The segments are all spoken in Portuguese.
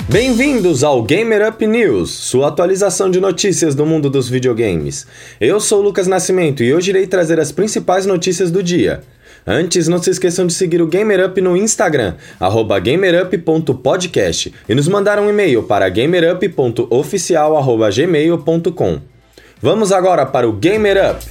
Bem-vindos ao Gamer Up News, sua atualização de notícias do mundo dos videogames. Eu sou o Lucas Nascimento e hoje irei trazer as principais notícias do dia. Antes, não se esqueçam de seguir o Gamer Up no Instagram, @gamerup.podcast, e nos mandar um e-mail para gamerup.oficial@gmail.com. Vamos agora para o Gamer Up.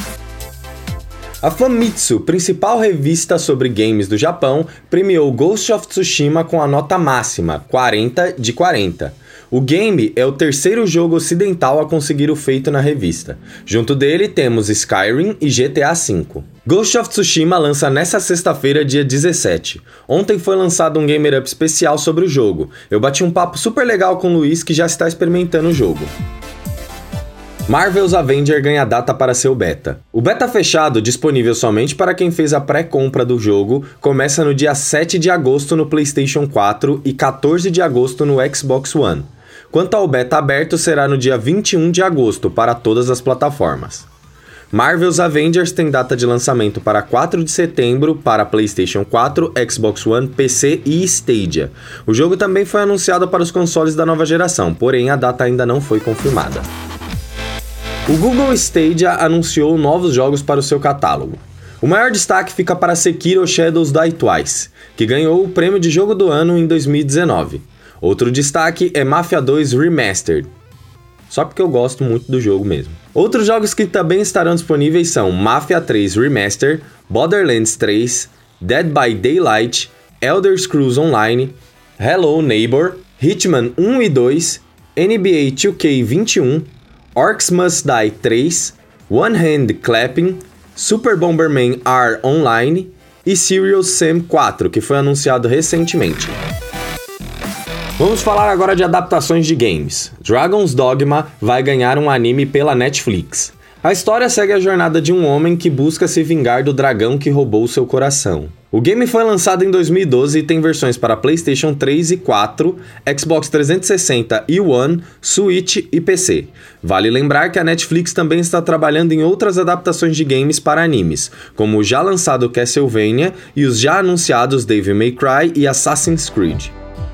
A Famitsu, principal revista sobre games do Japão, premiou Ghost of Tsushima com a nota máxima, 40 de 40. O game é o terceiro jogo ocidental a conseguir o feito na revista. Junto dele temos Skyrim e GTA V. Ghost of Tsushima lança nesta sexta-feira, dia 17. Ontem foi lançado um Gamer Up especial sobre o jogo. Eu bati um papo super legal com o Luiz, que já está experimentando o jogo. Marvel's Avengers ganha data para seu beta. O beta fechado, disponível somente para quem fez a pré-compra do jogo, começa no dia 7 de agosto no PlayStation 4 e 14 de agosto no Xbox One. Quanto ao beta aberto, será no dia 21 de agosto para todas as plataformas. Marvel's Avengers tem data de lançamento para 4 de setembro para PlayStation 4, Xbox One, PC e Stadia. O jogo também foi anunciado para os consoles da nova geração, porém a data ainda não foi confirmada. O Google Stadia anunciou novos jogos para o seu catálogo. O maior destaque fica para Sekiro Shadows Die Twice, que ganhou o prêmio de jogo do ano em 2019. Outro destaque é Mafia 2 Remastered, só porque eu gosto muito do jogo mesmo. Outros jogos que também estarão disponíveis são Mafia 3 Remastered, Borderlands 3, Dead by Daylight, Elder Scrolls Online, Hello Neighbor, Hitman 1 e 2, NBA 2K21, Orcs Must Die 3, One Hand Clapping, Super Bomberman R Online e Serious Sam 4, que foi anunciado recentemente. Vamos falar agora de adaptações de games. Dragon's Dogma vai ganhar um anime pela Netflix. A história segue a jornada de um homem que busca se vingar do dragão que roubou seu coração. O game foi lançado em 2012 e tem versões para PlayStation 3 e 4, Xbox 360 e One, Switch e PC. Vale lembrar que a Netflix também está trabalhando em outras adaptações de games para animes, como o já lançado Castlevania e os já anunciados Devil May Cry e Assassin's Creed.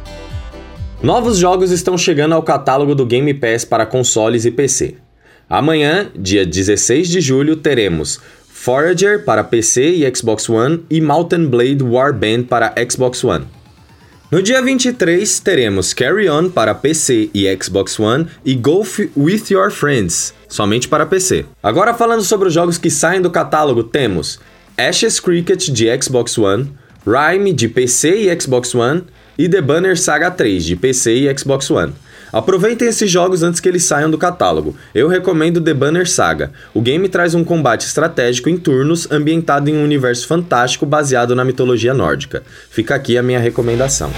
Novos jogos estão chegando ao catálogo do Game Pass para consoles e PC. Amanhã, dia 16 de julho, teremos Forager para PC e Xbox One e Mountain Blade Warband para Xbox One. No dia 23, teremos Carry On para PC e Xbox One e Golf With Your Friends, somente para PC. Agora falando sobre os jogos que saem do catálogo, temos Ashes Cricket de Xbox One, Rime de PC e Xbox One e The Banner Saga 3 de PC e Xbox One. Aproveitem esses jogos antes que eles saiam do catálogo. Eu recomendo The Banner Saga. O game traz um combate estratégico em turnos ambientado em um universo fantástico baseado na mitologia nórdica. Fica aqui a minha recomendação.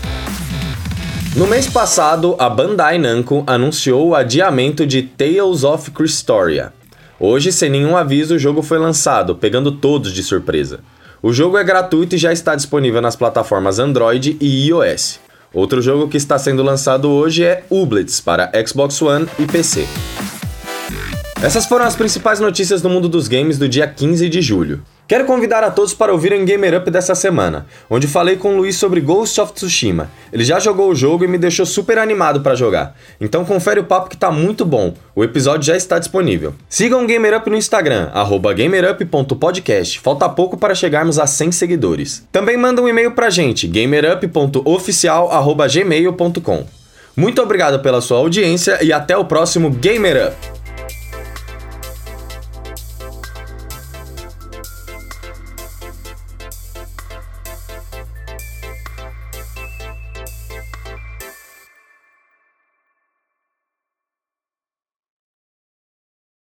No mês passado, a Bandai Namco anunciou o adiamento de Tales of Krystoria. Hoje, sem nenhum aviso, o jogo foi lançado, pegando todos de surpresa. O jogo é gratuito e já está disponível nas plataformas Android e iOS. Outro jogo que está sendo lançado hoje é Ooblets para Xbox One e PC. Essas foram as principais notícias do mundo dos games do dia 15 de julho. Quero convidar a todos para ouvirem o Gamer Up dessa semana, onde falei com o Luiz sobre Ghost of Tsushima. Ele já jogou o jogo e me deixou super animado para jogar. Então confere o papo que tá muito bom. O episódio já está disponível. Sigam o Gamer Up no Instagram, @gamerup.podcast. Falta pouco para chegarmos a 100 seguidores. Também manda um e-mail pra gente, gamerup.oficial@gmail.com. Muito obrigado pela sua audiência e até o próximo Gamer Up!